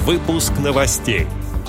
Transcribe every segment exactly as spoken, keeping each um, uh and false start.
Выпуск новостей.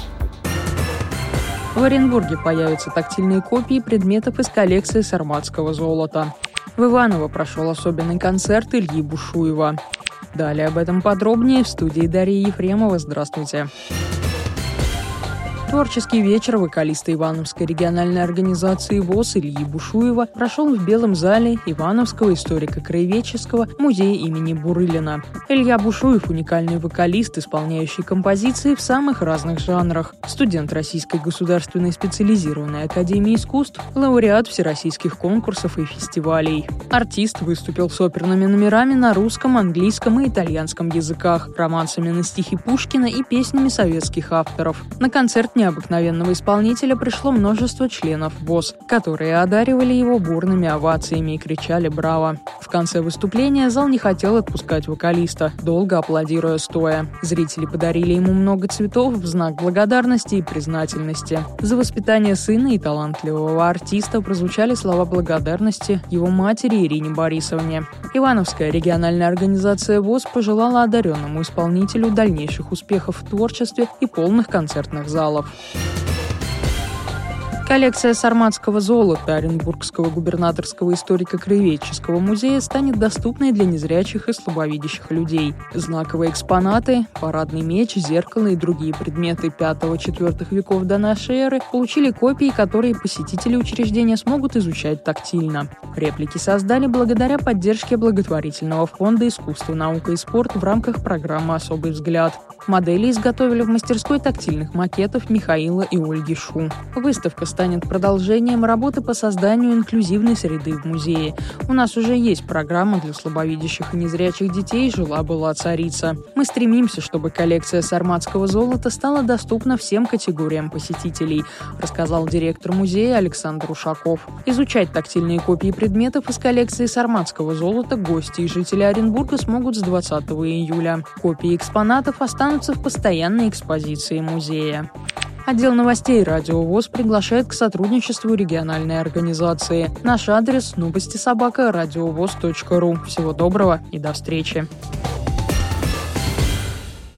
В Оренбурге появятся тактильные копии предметов из коллекции сарматского золота. В Иваново прошел особенный концерт Ильи Бушуева. Далее об этом подробнее в студии Дарья Ефремова. Здравствуйте. Творческий вечер вокалиста Ивановской региональной организации ВОС Ильи Бушуева прошел в Белом зале Ивановского историко-краеведческого музея имени Бурылина. Илья Бушуев – уникальный вокалист, исполняющий композиции в самых разных жанрах. Студент Российской государственной специализированной академии искусств, лауреат всероссийских конкурсов и фестивалей. Артист выступил с оперными номерами на русском, английском и итальянском языках, романсами на стихи Пушкина и песнями советских авторов. На концерт необыкновенного исполнителя пришло множество членов ВОС, которые одаривали его бурными овациями и кричали «Браво!». В конце выступления зал не хотел отпускать вокалиста, долго аплодируя стоя. Зрители подарили ему много цветов в знак благодарности и признательности. За воспитание сына и талантливого артиста прозвучали слова благодарности его матери Ирине Борисовне. Ивановская региональная организация ВОС пожелала одаренному исполнителю дальнейших успехов в творчестве и полных концертных залов. Коллекция сарматского золота Оренбургского губернаторского историко-краеведческого музея станет доступной для незрячих и слабовидящих людей. Знаковые экспонаты, парадный меч, зеркало и другие предметы пятого-четвёртого веков до нашей эры получили копии, которые посетители учреждения смогут изучать тактильно. Реплики создали благодаря поддержке благотворительного фонда «Искусство, наука и спорт» в рамках программы «Особый взгляд». Модели изготовили в мастерской тактильных макетов Михаила и Ольги Шу. Выставка станет продолжением работы по созданию инклюзивной среды в музее. У нас уже есть программа для слабовидящих и незрячих детей «Жила-была царица». Мы стремимся, чтобы коллекция сарматского золота стала доступна всем категориям посетителей, рассказал директор музея Александр Ушаков. Изучать тактильные копии предметов из коллекции сарматского золота гости и жители Оренбурга смогут с двадцатого июля. Копии экспонатов останутся в постоянной экспозиции музея. Отдел новостей Радио ВОС приглашает к сотрудничеству региональной организации. Наш адрес – новости собака радиовос точка ру. Всего доброго и до встречи.